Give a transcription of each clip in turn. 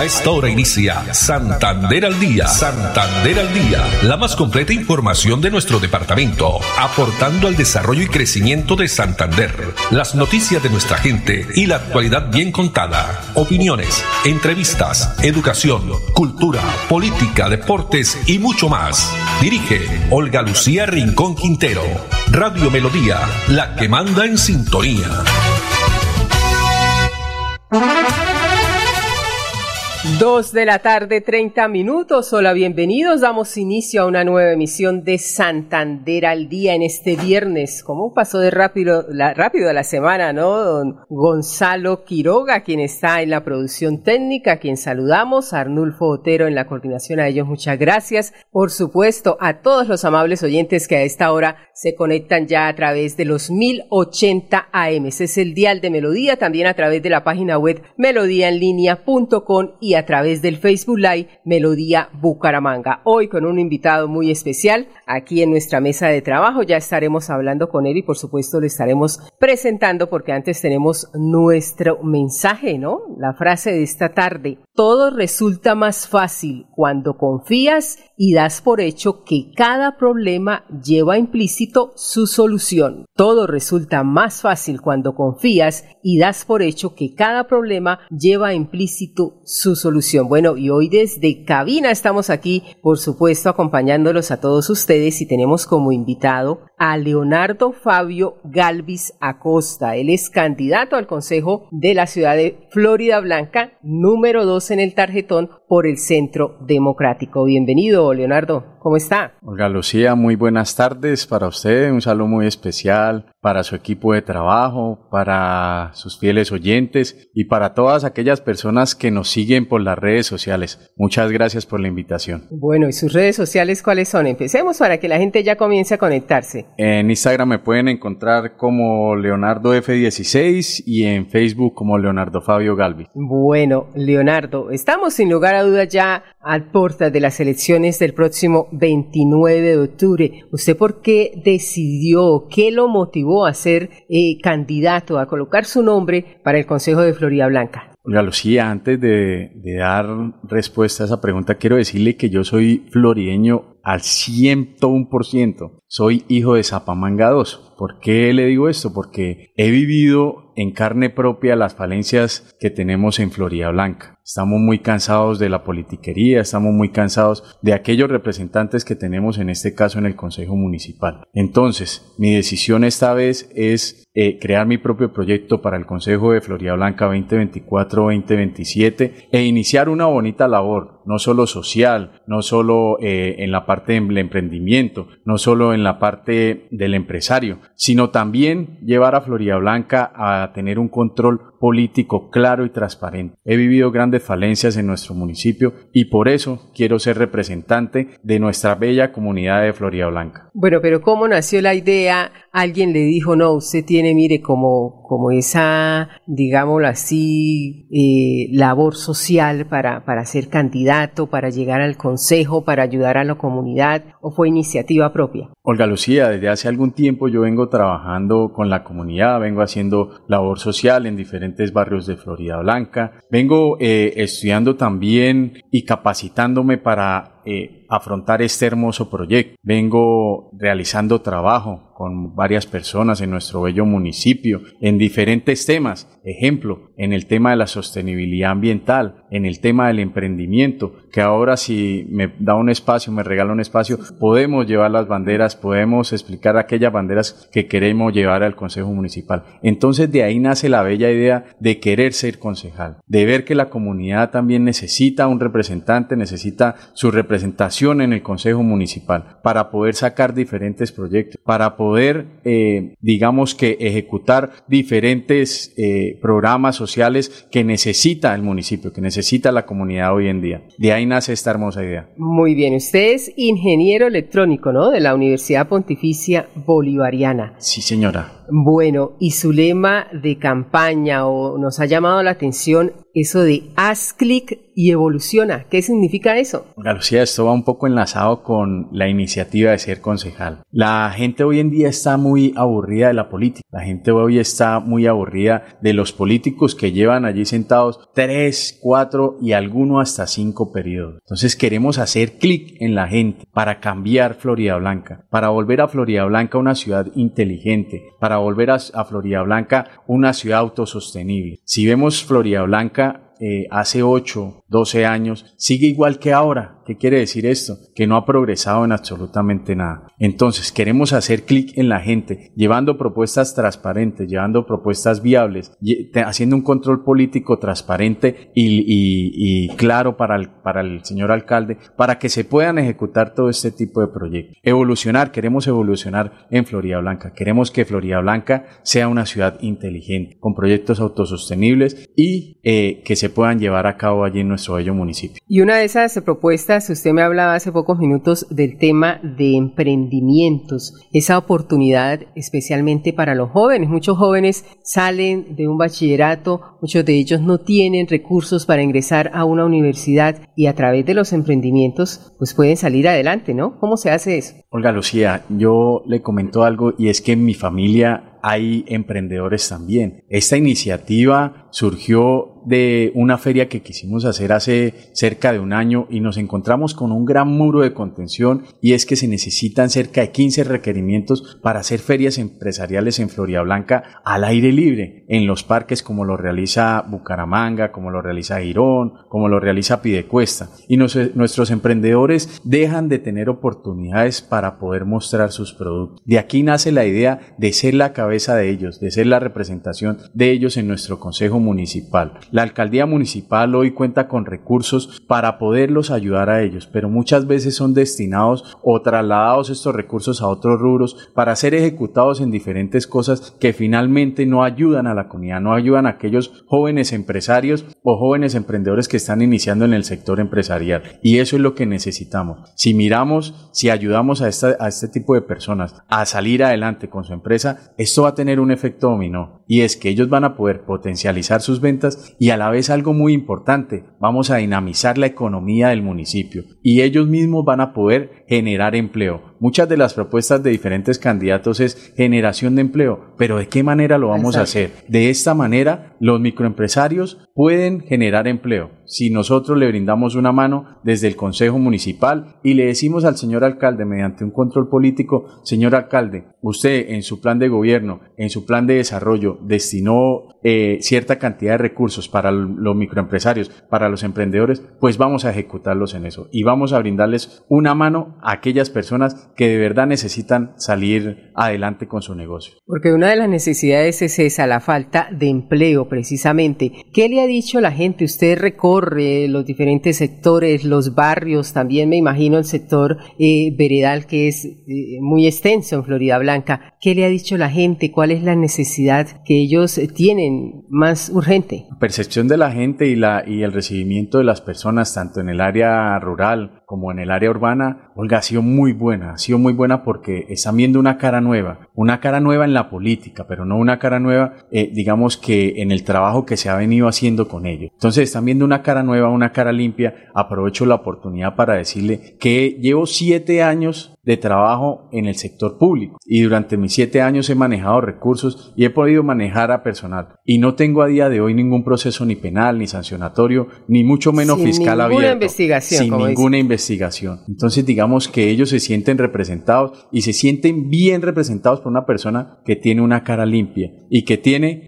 A esta hora inicia Santander al Día. Santander al Día, la más completa información de nuestro departamento, aportando al desarrollo y crecimiento de Santander. Las noticias de nuestra gente y la actualidad bien contada. Opiniones, entrevistas, educación, cultura, política, deportes y mucho más. Dirige Olga Lucía Rincón Quintero. Radio Melodía, la que manda en sintonía. 2:30 p.m. Hola, bienvenidos. Damos inicio a una nueva emisión de Santander al Día en este viernes. ¿Cómo pasó de rápido la semana, no? Don Gonzalo Quiroga, quien está en la producción técnica, a quien saludamos. Arnulfo Otero en la coordinación, a ellos muchas gracias. Por supuesto, a todos los amables oyentes que a esta hora se conectan ya a través de los 1080 AM. Ese es el dial de Melodía, también a través de la página web melodíaenlínea.com y a través del Facebook Live Melodía Bucaramanga. Hoy con un invitado muy especial aquí en nuestra mesa de trabajo. Ya estaremos hablando con él y por supuesto le estaremos presentando, porque antes tenemos nuestro mensaje, ¿no? La frase de esta tarde: todo resulta más fácil cuando confías y das por hecho que cada problema lleva implícito su solución. Todo resulta más fácil cuando confías y das por hecho que cada problema lleva implícito su solución. Bueno, y hoy desde cabina estamos aquí, por supuesto, acompañándolos a todos ustedes, y tenemos como invitado a Leonardo Fabio Galvis Acosta. Él es candidato al Consejo de la ciudad de Floridablanca, número 2 en el tarjetón por el Centro Democrático. Bienvenido, Leonardo. ¿Cómo está? Olga Lucía, muy buenas tardes para usted. Un saludo muy especial para su equipo de trabajo, para sus fieles oyentes y para todas aquellas personas que nos siguen por las redes sociales. Muchas gracias por la invitación. Bueno, ¿y sus redes sociales cuáles son? Empecemos para que la gente ya comience a conectarse. En Instagram me pueden encontrar como Leonardo F16 y en Facebook como Leonardo Fabio Galvis. Bueno, Leonardo, estamos sin lugar a dudas ya a puertas de las elecciones del próximo 29 de octubre. ¿Usted por qué decidió, qué lo motivó a ser candidato, a colocar su nombre para el Consejo de Floridablanca? Olga Lucía, antes de dar respuesta a esa pregunta, quiero decirle que yo soy florideño al 101%. Soy hijo de Zapamanga 2. ¿Por qué le digo esto? Porque he vivido en carne propia las falencias que tenemos en Floridablanca. Estamos muy cansados de la politiquería, estamos muy cansados de aquellos representantes que tenemos, en este caso en el Consejo Municipal. Entonces, mi decisión esta vez es crear mi propio proyecto para el Consejo de Floridablanca 2024-2027 e iniciar una bonita labor, no solo social, no solo en la parte del emprendimiento, no solo en la parte del empresario, sino también llevar a Floridablanca a tener un control político claro y transparente. He vivido grandes falencias en nuestro municipio y por eso quiero ser representante de nuestra bella comunidad de Floridablanca. Bueno, pero ¿cómo nació la idea? ¿Alguien le dijo, no, usted tiene, mire, como esa, digámoslo así, labor social para ser candidato, para llegar al consejo, para ayudar a la comunidad, o fue iniciativa propia? Olga Lucía, desde hace algún tiempo yo vengo trabajando con la comunidad, vengo haciendo labor social en diferentes barrios de Floridablanca, vengo estudiando también y capacitándome para afrontar este hermoso proyecto. Vengo realizando trabajo con varias personas en nuestro bello municipio en diferentes temas. Ejemplo, en el tema de la sostenibilidad ambiental, en el tema del emprendimiento, que ahora si me da un espacio, me regala un espacio, podemos llevar las banderas, podemos explicar aquellas banderas que queremos llevar al Consejo Municipal. Entonces de ahí nace la bella idea de querer ser concejal, de ver que la comunidad también necesita un representante, necesita su representación en el Consejo Municipal para poder sacar diferentes proyectos, para poder, digamos que ejecutar diferentes programas sociales que necesita el municipio, que necesita la comunidad hoy en día. De ahí nace esta hermosa idea. Muy bien, usted es ingeniero electrónico, ¿no? De la Universidad Pontificia Bolivariana. Sí, señora. Bueno, y su lema de campaña o nos ha llamado la atención eso de haz clic y evoluciona. ¿Qué significa eso? Lucía, esto va un poco enlazado con la iniciativa de ser concejal. La gente hoy en día está muy aburrida de la política. La gente hoy está muy aburrida de los políticos que llevan allí sentados 3, 4 y alguno hasta 5 periodos. Entonces queremos hacer clic en la gente para cambiar Floridablanca, para volver a Floridablanca una ciudad inteligente, para volver a Floridablanca una ciudad autosostenible. Si vemos Floridablanca hace 8, 12 años, sigue igual que ahora. ¿Qué quiere decir esto? Que no ha progresado en absolutamente nada. Entonces, queremos hacer clic en la gente, llevando propuestas transparentes, llevando propuestas viables, haciendo un control político transparente y claro para el señor alcalde, para que se puedan ejecutar todo este tipo de proyectos. Queremos evolucionar en Floridablanca. Queremos que Floridablanca sea una ciudad inteligente, con proyectos autosostenibles y que se puedan llevar a cabo allí en nuestro bello municipio. Y una de esas propuestas, usted me hablaba hace pocos minutos del tema de emprendimientos, esa oportunidad especialmente para los jóvenes. Muchos jóvenes salen de un bachillerato, muchos de ellos no tienen recursos para ingresar a una universidad y a través de los emprendimientos pues pueden salir adelante, ¿no? ¿Cómo se hace eso? Olga Lucía, yo le comento algo y es que en mi familia hay emprendedores también. Esta iniciativa surgió de una feria que quisimos hacer hace cerca de un año y nos encontramos con un gran muro de contención, y es que se necesitan cerca de 15 requerimientos para hacer ferias empresariales en Floridablanca al aire libre, en los parques como lo realiza Bucaramanga, como lo realiza Girón, como lo realiza Piedecuesta. Y nuestros emprendedores dejan de tener oportunidades para poder mostrar sus productos. De aquí nace la idea de ser la cabeza de ellos, de ser la representación de ellos en nuestro consejo municipal. La alcaldía municipal hoy cuenta con recursos para poderlos ayudar a ellos, pero muchas veces son destinados o trasladados estos recursos a otros rubros para ser ejecutados en diferentes cosas que finalmente no ayudan a la comunidad, no ayudan a aquellos jóvenes empresarios o jóvenes emprendedores que están iniciando en el sector empresarial. Y eso es lo que necesitamos. Si ayudamos a este tipo de personas a salir adelante con su empresa, esto va a tener un efecto dominó, y es que ellos van a poder potencializar sus ventas y a la vez, algo muy importante, vamos a dinamizar la economía del municipio y ellos mismos van a poder generar empleo. Muchas de las propuestas de diferentes candidatos es generación de empleo, pero ¿de qué manera lo vamos a hacer? De esta manera, los microempresarios pueden generar empleo. Si nosotros le brindamos una mano desde el Consejo Municipal y le decimos al señor alcalde mediante un control político: señor alcalde, usted en su plan de gobierno, en su plan de desarrollo, destinó cierta cantidad de recursos para los microempresarios, para los emprendedores, pues vamos a ejecutarlos en eso y vamos a brindarles una mano a aquellas personas que de verdad necesitan salir adelante con su negocio. Porque una de las necesidades es esa, la falta de empleo precisamente. ¿Qué le ha dicho la gente? Usted recorre los diferentes sectores, los barrios, también me imagino el sector veredal, que es muy extenso en Floridablanca. ¿Qué le ha dicho la gente? ¿Cuál es la necesidad que ellos tienen más urgente? La percepción de la gente y el recibimiento de las personas, tanto en el área rural como en el área urbana, Olga, ha sido muy buena porque están viendo una cara nueva en la política, pero no una cara nueva, digamos que en el trabajo que se ha venido haciendo con ellos. Entonces están viendo una cara nueva, una cara limpia. Aprovecho la oportunidad para decirle que llevo 7 años de trabajo en el sector público y durante mis 7 años he manejado recursos y he podido manejar a personal y no tengo a día de hoy ningún proceso ni penal, ni sancionatorio, ni mucho menos fiscal abierto. Sin ninguna investigación. Entonces digamos que ellos se sienten representados y se sienten bien representados por una persona que tiene una cara limpia y que tiene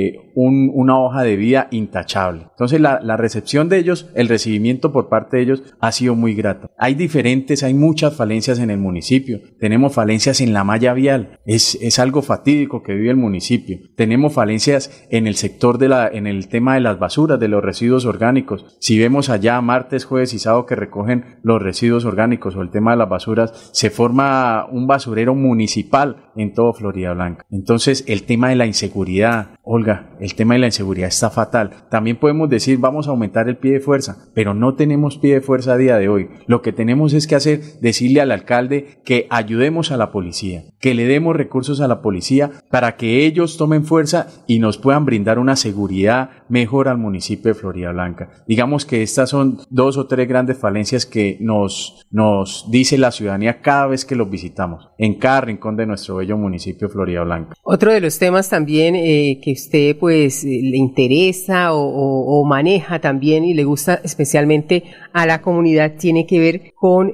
una hoja de vida intachable. Entonces la recepción de ellos, el recibimiento por parte de ellos ha sido muy grato. Hay muchas falencias en el municipio. Tenemos falencias en la malla vial. Es algo fatídico que vive el municipio. Tenemos falencias en el sector en el tema de las basuras, de los residuos orgánicos. Si vemos allá martes, jueves y sábado que recogen los residuos orgánicos o el tema de las basuras, se forma un basurero municipal en todo Floridablanca. Entonces el tema de la inseguridad, Olga, el tema de la inseguridad está fatal. También podemos decir, vamos a aumentar el pie de fuerza, pero no tenemos pie de fuerza a día de hoy. Lo que tenemos es que hacer, decirle al alcalde que ayudemos a la policía, que le demos recursos a la policía para que ellos tomen fuerza y nos puedan brindar una seguridad mejor al municipio de Floridablanca. Digamos que estas son 2 o 3 grandes falencias que nos dice la ciudadanía cada vez que los visitamos, en cada rincón de nuestro bello municipio de Floridablanca. Otro de los temas también que usted pues le interesa o maneja también y le gusta especialmente a la comunidad tiene que ver con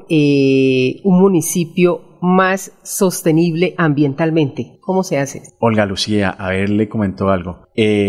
un municipio más sostenible ambientalmente. ¿Cómo se hace? Olga Lucía, a ver, le comentó algo.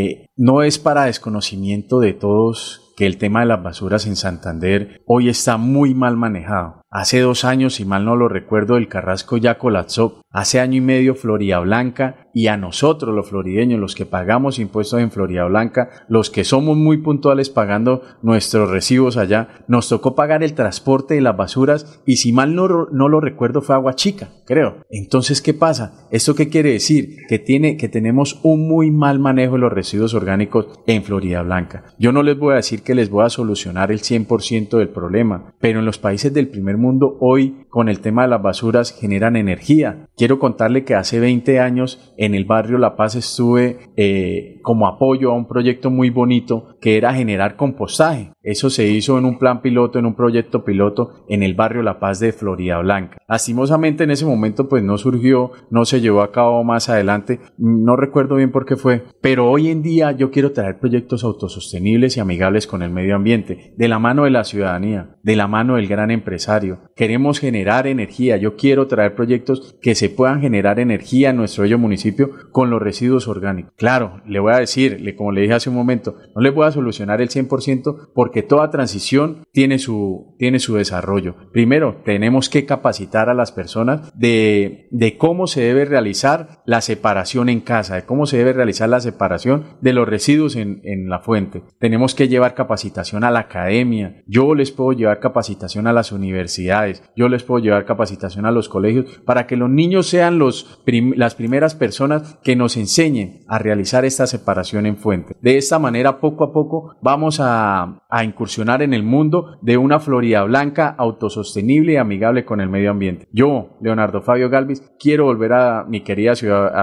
No es para desconocimiento de todos que el tema de las basuras en Santander hoy está muy mal manejado. Hace 2 años, si mal no lo recuerdo, el Carrasco ya colapsó. Hace año y medio Floridablanca, y a nosotros los florideños, los que pagamos impuestos en Floridablanca, los que somos muy puntuales pagando nuestros recibos allá, nos tocó pagar el transporte de las basuras y si mal no lo recuerdo fue Agua Chica, creo. Entonces, ¿qué pasa? ¿Esto qué quiere decir? Que tenemos un muy mal manejo de los residuos orgánicos en Floridablanca. Yo no les voy a decir que les voy a solucionar el 100% del problema, pero en los países del primer mundo hoy, con el tema de las basuras, generan energía. Quiero contarle que hace 20 años en el barrio La Paz estuve como apoyo a un proyecto muy bonito que era generar compostaje. Eso se hizo en un plan piloto, en un proyecto piloto en el barrio La Paz de Floridablanca. Lastimosamente en ese momento pues no surgió, no se llevó a cabo más adelante, no recuerdo bien por qué fue, pero hoy en día yo quiero traer proyectos autosostenibles y amigables con el medio ambiente, de la mano de la ciudadanía, de la mano del gran empresario. Queremos generar energía, yo quiero traer proyectos que se puedan generar energía en nuestro bello municipio con los residuos orgánicos. Claro, le voy a decir, como le dije hace un momento, no le voy a solucionar el 100% porque toda transición tiene su desarrollo. Primero, tenemos que capacitar a las personas de cómo se debe realizar la separación en casa, de cómo se debe realizar la separación de los residuos en la fuente. Tenemos que llevar capacitación a la academia. Yo les puedo llevar capacitación a las universidades. Yo les puedo llevar capacitación a los colegios para que los niños sean las primeras personas que nos enseñen a realizar esta separación en fuente. De esta manera, poco a poco, vamos a incursionar en el mundo de una Floridablanca autosostenible y amigable con el medio ambiente. Yo, Leonardo Fabio Galvis, quiero volver a mi querida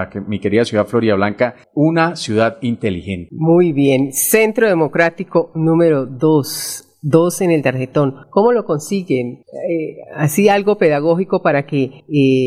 ciudad Floridablanca, una ciudad inteligente. Muy bien. Centro Democrático número 2 en el tarjetón. ¿Cómo lo consiguen? Así algo pedagógico para que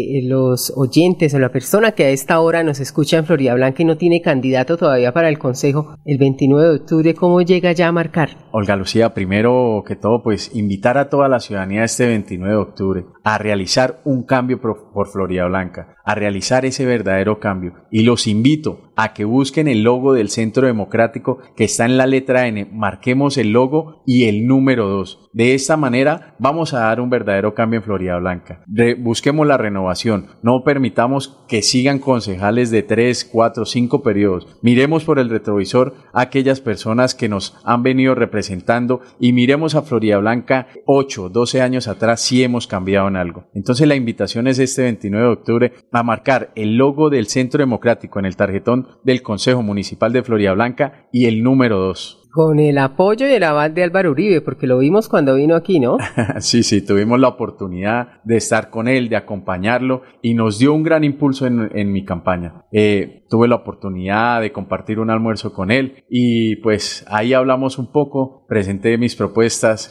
los oyentes o la persona que a esta hora nos escucha en Floridablanca y no tiene candidato todavía para el Consejo el 29 de octubre, ¿cómo llega ya a marcar? Olga Lucía, primero que todo, pues invitar a toda la ciudadanía este 29 de octubre a realizar un cambio por Floridablanca, a realizar ese verdadero cambio. Y los invito a que busquen el logo del Centro Democrático que está en la letra N. Marquemos el logo y el número 2. De esta manera vamos a dar un verdadero cambio en Floridablanca. Busquemos la renovación. No permitamos que sigan concejales de 3, 4, 5 periodos. Miremos por el retrovisor a aquellas personas que nos han venido representando y miremos a Floridablanca 8, 12 años atrás si hemos cambiado en algo. Entonces la invitación es este 29 de octubre a marcar el logo del Centro Democrático en el tarjetón del Consejo Municipal de Floridablanca y el número 2. Con el apoyo y el aval de Álvaro Uribe, porque lo vimos cuando vino aquí, ¿no? Sí, tuvimos la oportunidad de estar con él, de acompañarlo y nos dio un gran impulso en mi campaña. Tuve la oportunidad de compartir un almuerzo con él y pues ahí hablamos un poco, le presenté mis propuestas,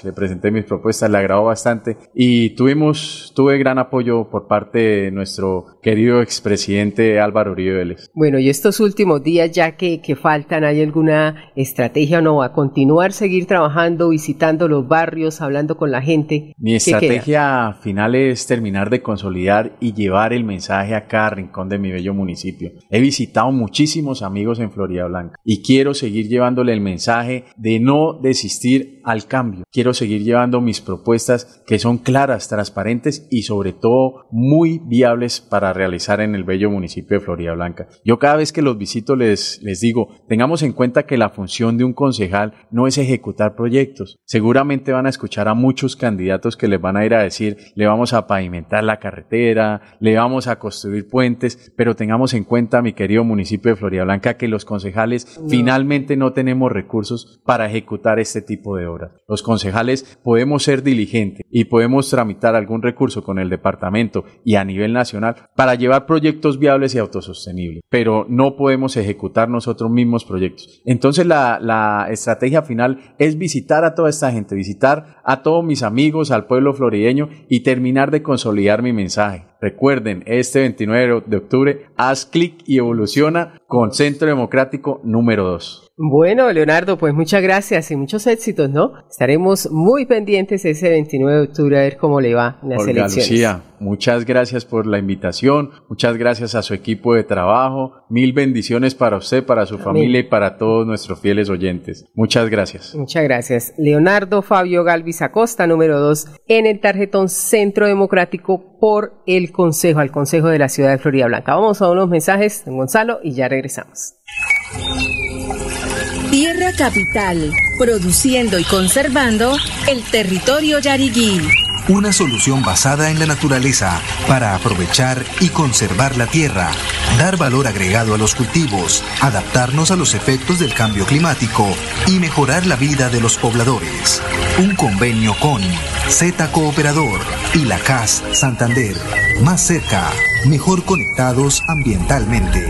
le agradó bastante y tuve gran apoyo por parte de nuestro querido expresidente Álvaro Uribe Vélez. Bueno, y estos últimos días ya que faltan, ¿hay alguna estrategia o no? ¿A continuar, seguir trabajando, visitando los barrios, hablando con la gente? Mi estrategia final es terminar de consolidar y llevar el mensaje a cada rincón de mi bello municipio. He visitado muchísimos amigos en Floridablanca y quiero seguir llevándole el mensaje de no desistir al cambio. Quiero seguir llevando mis propuestas que son claras, transparentes y sobre todo muy viables para realizar en el bello municipio de Floridablanca. Yo cada vez que los visito les digo, tengamos en cuenta que la función de un concejal no es ejecutar proyectos. Seguramente van a escuchar a muchos candidatos que les van a ir a decir, le vamos a pavimentar la carretera, le vamos a construir puentes, pero tengamos en cuenta, mi querido querido municipio de Floridablanca, que los concejales finalmente no tenemos recursos para ejecutar este tipo de obras. Los concejales podemos ser diligentes y podemos tramitar algún recurso con el departamento y a nivel nacional para llevar proyectos viables y autosostenibles, pero no podemos ejecutar nosotros mismos proyectos. Entonces la estrategia final es visitar a toda esta gente, visitar a todos mis amigos, al pueblo florideño y terminar de consolidar mi mensaje. Recuerden, este 29 de octubre, haz clic y evoluciona con Centro Democrático número 2. Bueno, Leonardo, pues muchas gracias y muchos éxitos, ¿no? Estaremos muy pendientes ese 29 de octubre a ver cómo le va en las Olga elecciones. Lucía, muchas gracias por la invitación, muchas gracias a su equipo de trabajo, mil bendiciones para usted, para su familia y para todos nuestros fieles oyentes. Muchas gracias. Muchas gracias. Leonardo Fabio Galvis Acosta, número 2, en el tarjetón Centro Democrático por el Consejo, al Consejo de la Ciudad de Floridablanca. Vamos a unos mensajes, don Gonzalo, y ya regresamos. Tierra Capital, produciendo y conservando el territorio yariguí. Una solución basada en la naturaleza para aprovechar y conservar la tierra, dar valor agregado a los cultivos, adaptarnos a los efectos del cambio climático y mejorar la vida de los pobladores. Un convenio con Z Cooperador y la CAS Santander. Más cerca, mejor conectados ambientalmente.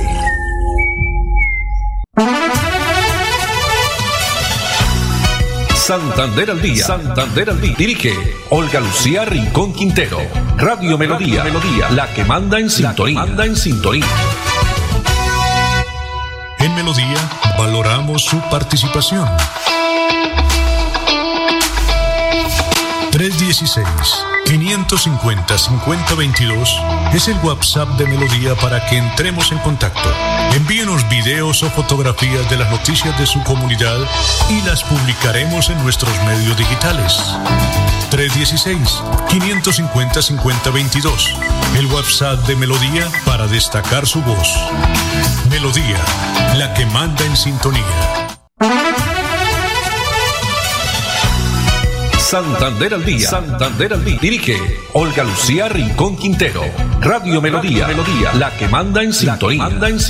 Santander al día. Santander al día. Dirige Olga Lucía Rincón Quintero. Radio Melodía. La que manda en sintonía. En Melodía valoramos su participación. 316-550-5022 es el WhatsApp de Melodía para que entremos en contacto. Envíenos videos o fotografías de las noticias de su comunidad y las publicaremos en nuestros medios digitales. 316-550-5022, el WhatsApp de Melodía para destacar su voz. Melodía, la que manda en sintonía. Santander al día. Dirige Olga Lucía Rincón Quintero. Radio Melodía. La que manda en sintonía.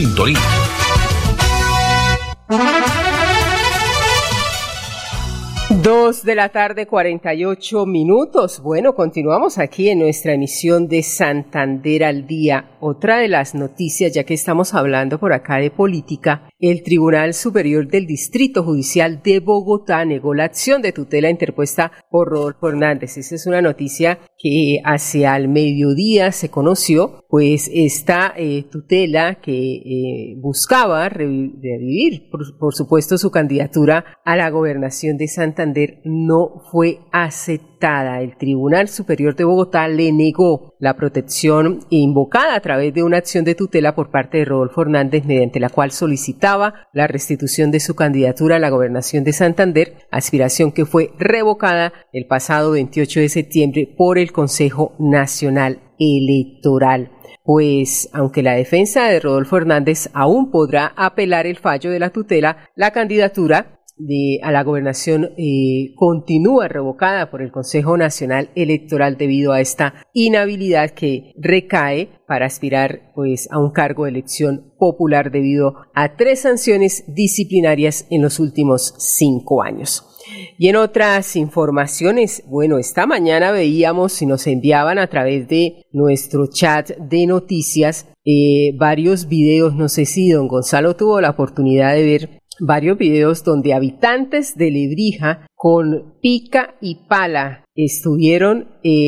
2:48 p.m. Bueno, continuamos aquí en nuestra emisión de Santander al día. Otra de las noticias, ya que estamos hablando por acá de política, el Tribunal Superior del Distrito Judicial de Bogotá negó la acción de tutela interpuesta por Rodolfo Hernández. Esa es una noticia que hacia el mediodía se conoció, pues esta tutela que buscaba revivir, por supuesto, su candidatura a la gobernación de Santander no fue aceptada. El Tribunal Superior de Bogotá le negó la protección invocada a través de una acción de tutela por parte de Rodolfo Hernández, mediante la cual solicitaba la restitución de su candidatura a la gobernación de Santander, aspiración que fue revocada el pasado 28 de septiembre por el Consejo Nacional Electoral. Pues, aunque la defensa de Rodolfo Hernández aún podrá apelar el fallo de la tutela, la candidatura a la gobernación continúa revocada por el Consejo Nacional Electoral debido a esta inhabilidad que recae para aspirar pues a un cargo de elección popular debido a 3 sanciones disciplinarias en los últimos 5 años. Y en otras informaciones, bueno, esta mañana veíamos y nos enviaban a través de nuestro chat de noticias varios videos. No sé si don Gonzalo tuvo la oportunidad de ver varios videos donde habitantes de Lebrija con pica y pala estuvieron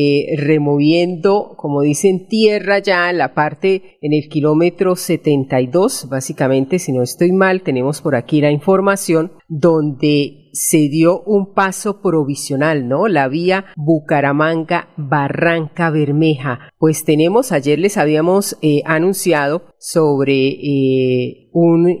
removiendo, como dicen, tierra ya en la parte, en el kilómetro 72, básicamente, si no estoy mal, tenemos por aquí la información, donde se dio un paso provisional, ¿no? La vía Bucaramanga-Barranca Bermeja. Pues tenemos, ayer les habíamos anunciado sobre un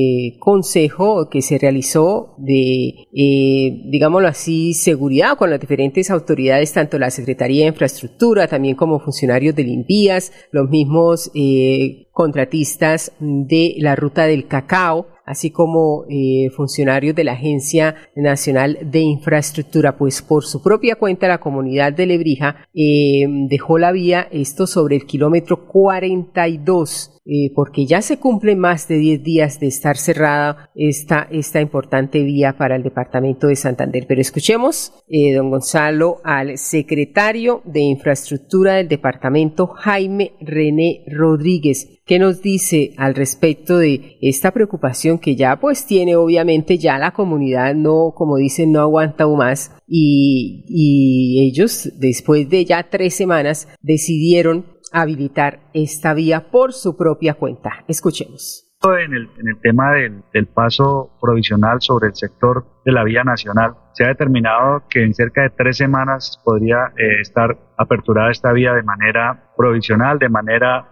consejo que se realizó de, digámoslo así, seguridad con las diferentes autoridades, tanto la Secretaría de Infraestructura, también como funcionarios del INVIAS, los mismos contratistas de la Ruta del Cacao, así como funcionarios de la Agencia Nacional de Infraestructura. Pues por su propia cuenta la comunidad de Lebrija dejó la vía, esto sobre el kilómetro 42, porque ya se cumplen más de 10 días de estar cerrada esta importante vía para el departamento de Santander. Pero escuchemos, don Gonzalo, al secretario de Infraestructura del departamento, Jaime René Rodríguez, que nos dice al respecto de esta preocupación que ya pues tiene obviamente ya la comunidad, no, como dicen, no aguanta más, y ellos después de ya 3 semanas decidieron habilitar esta vía por su propia cuenta. Escuchemos. En el tema del paso provisional sobre el sector de la vía nacional, se ha determinado que en cerca de 3 semanas podría estar aperturada esta vía de manera provisional, de manera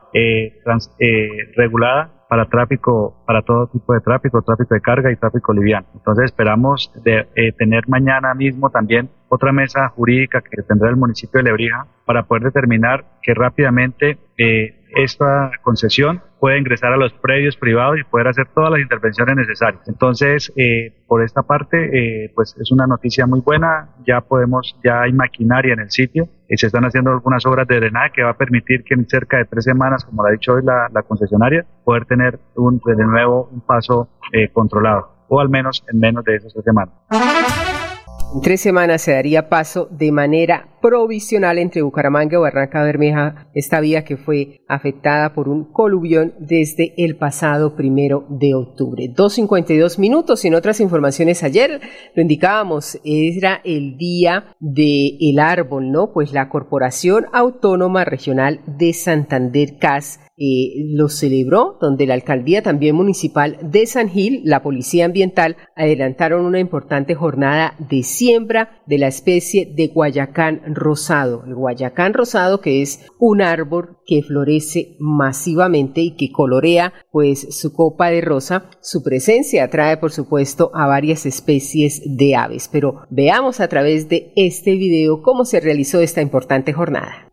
regulada para tráfico, para todo tipo de tráfico de carga y tráfico liviano. Entonces esperamos tener mañana mismo también otra mesa jurídica que tendrá el municipio de Lebrija para poder determinar que rápidamente esta concesión puede ingresar a los predios privados y poder hacer todas las intervenciones necesarias. Entonces, por esta parte, pues es una noticia muy buena. Ya hay maquinaria en el sitio y se están haciendo algunas obras de drenaje que va a permitir que en cerca de 3 semanas, como lo ha dicho hoy la concesionaria, poder tener de nuevo un paso controlado, o al menos en menos de esas 3 semanas. En 3 semanas se daría paso de manera provisional entre Bucaramanga y Barranca Bermeja, esta vía que fue afectada por un coluvión desde el pasado 1 de octubre. 2:52 minutos. Y en otras informaciones, ayer lo indicábamos, era el día del árbol, ¿no? Pues la Corporación Autónoma Regional de Santander, CAS, lo celebró, donde la Alcaldía también municipal de San Gil, la Policía Ambiental, adelantaron una importante jornada de siembra de la especie de Guayacán rosado. El Guayacán rosado, que es un árbol que florece masivamente y que colorea pues su copa de rosa. Su presencia atrae por supuesto a varias especies de aves. Pero veamos a través de este video cómo se realizó esta importante jornada.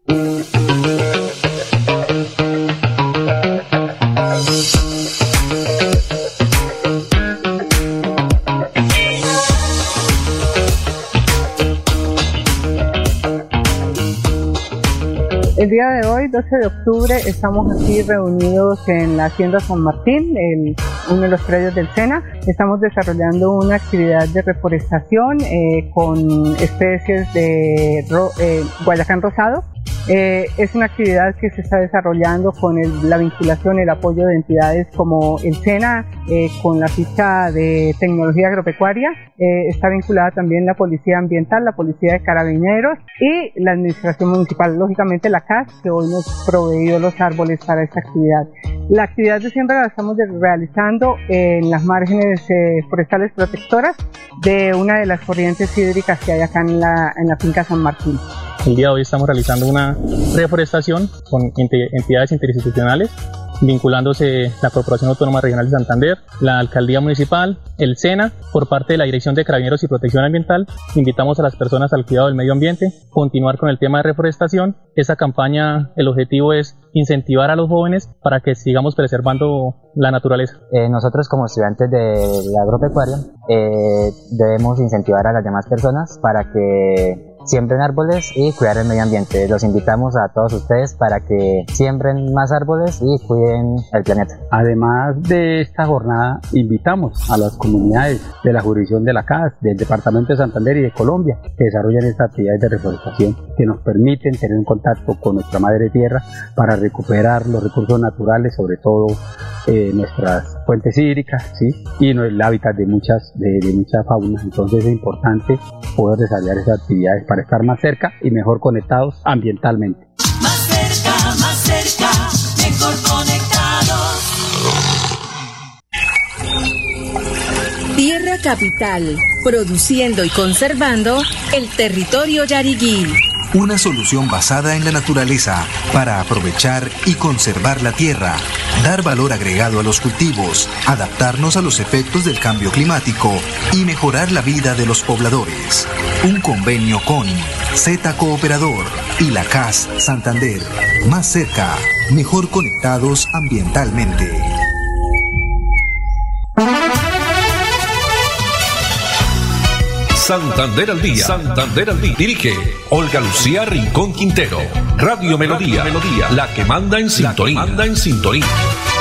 El día de hoy, 12 de octubre, estamos aquí reunidos en la Hacienda San Martín, uno de los predios del SENA. Estamos desarrollando una actividad de reforestación con especies de Guayacán rosado. Es una actividad que se está desarrollando con la vinculación y el apoyo de entidades como el SENA, con la ficha de tecnología agropecuaria. Está vinculada también la Policía Ambiental, la Policía de Carabineros y la Administración Municipal, lógicamente la CAS, que hoy nos proveyó los árboles para esta actividad. La actividad de siembra la estamos realizando en las márgenes forestales protectoras de una de las corrientes hídricas que hay acá en la finca San Martín. El día de hoy estamos realizando una reforestación con entidades interinstitucionales, vinculándose la Corporación Autónoma Regional de Santander, la Alcaldía Municipal, el SENA. Por parte de la Dirección de Carabineros y Protección Ambiental, invitamos a las personas al cuidado del medio ambiente, continuar con el tema de reforestación. Esta campaña, el objetivo es incentivar a los jóvenes para que sigamos preservando la naturaleza. Nosotros como estudiantes de la agropecuaria debemos incentivar a las demás personas para que siembren árboles y cuidar el medio ambiente. Los invitamos a todos ustedes para que siembren más árboles y cuiden el planeta. Además de esta jornada, invitamos a las comunidades de la jurisdicción de la CAS, del Departamento de Santander y de Colombia, que desarrollan estas actividades de reforestación que nos permiten tener un contacto con nuestra madre tierra para recuperar los recursos naturales, sobre todo nuestras fuentes hídricas, ¿sí? Y el hábitat de mucha fauna. Entonces es importante poder desarrollar esas actividades para estar más cerca y mejor conectados ambientalmente. Más cerca, mejor conectados. Tierra Capital, produciendo y conservando el territorio yariguí. Una solución basada en la naturaleza para aprovechar y conservar la tierra, dar valor agregado a los cultivos, adaptarnos a los efectos del cambio climático y mejorar la vida de los pobladores. Un convenio con Z Cooperador y la CAS Santander. Más cerca, mejor conectados ambientalmente. Santander al día. Santander al día. Dirige Olga Lucía Rincón Quintero. Radio Melodía. La que manda en sintonía.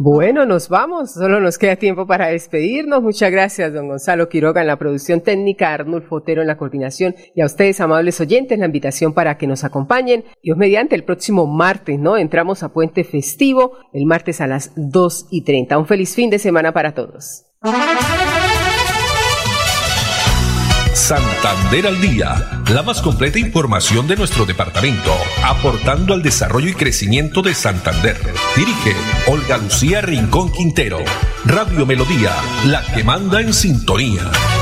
Bueno, nos vamos, solo nos queda tiempo para despedirnos. Muchas gracias, don Gonzalo Quiroga en la producción técnica, Arnulfo Otero en la coordinación y a ustedes, amables oyentes, la invitación para que nos acompañen. Dios mediante, el próximo martes, ¿no? Entramos a puente festivo, el martes a las 2:30. Un feliz fin de semana para todos. Santander al Día, la más completa información de nuestro departamento, aportando al desarrollo y crecimiento de Santander. Dirige Olga Lucía Rincón Quintero. Radio Melodía, la que manda en sintonía.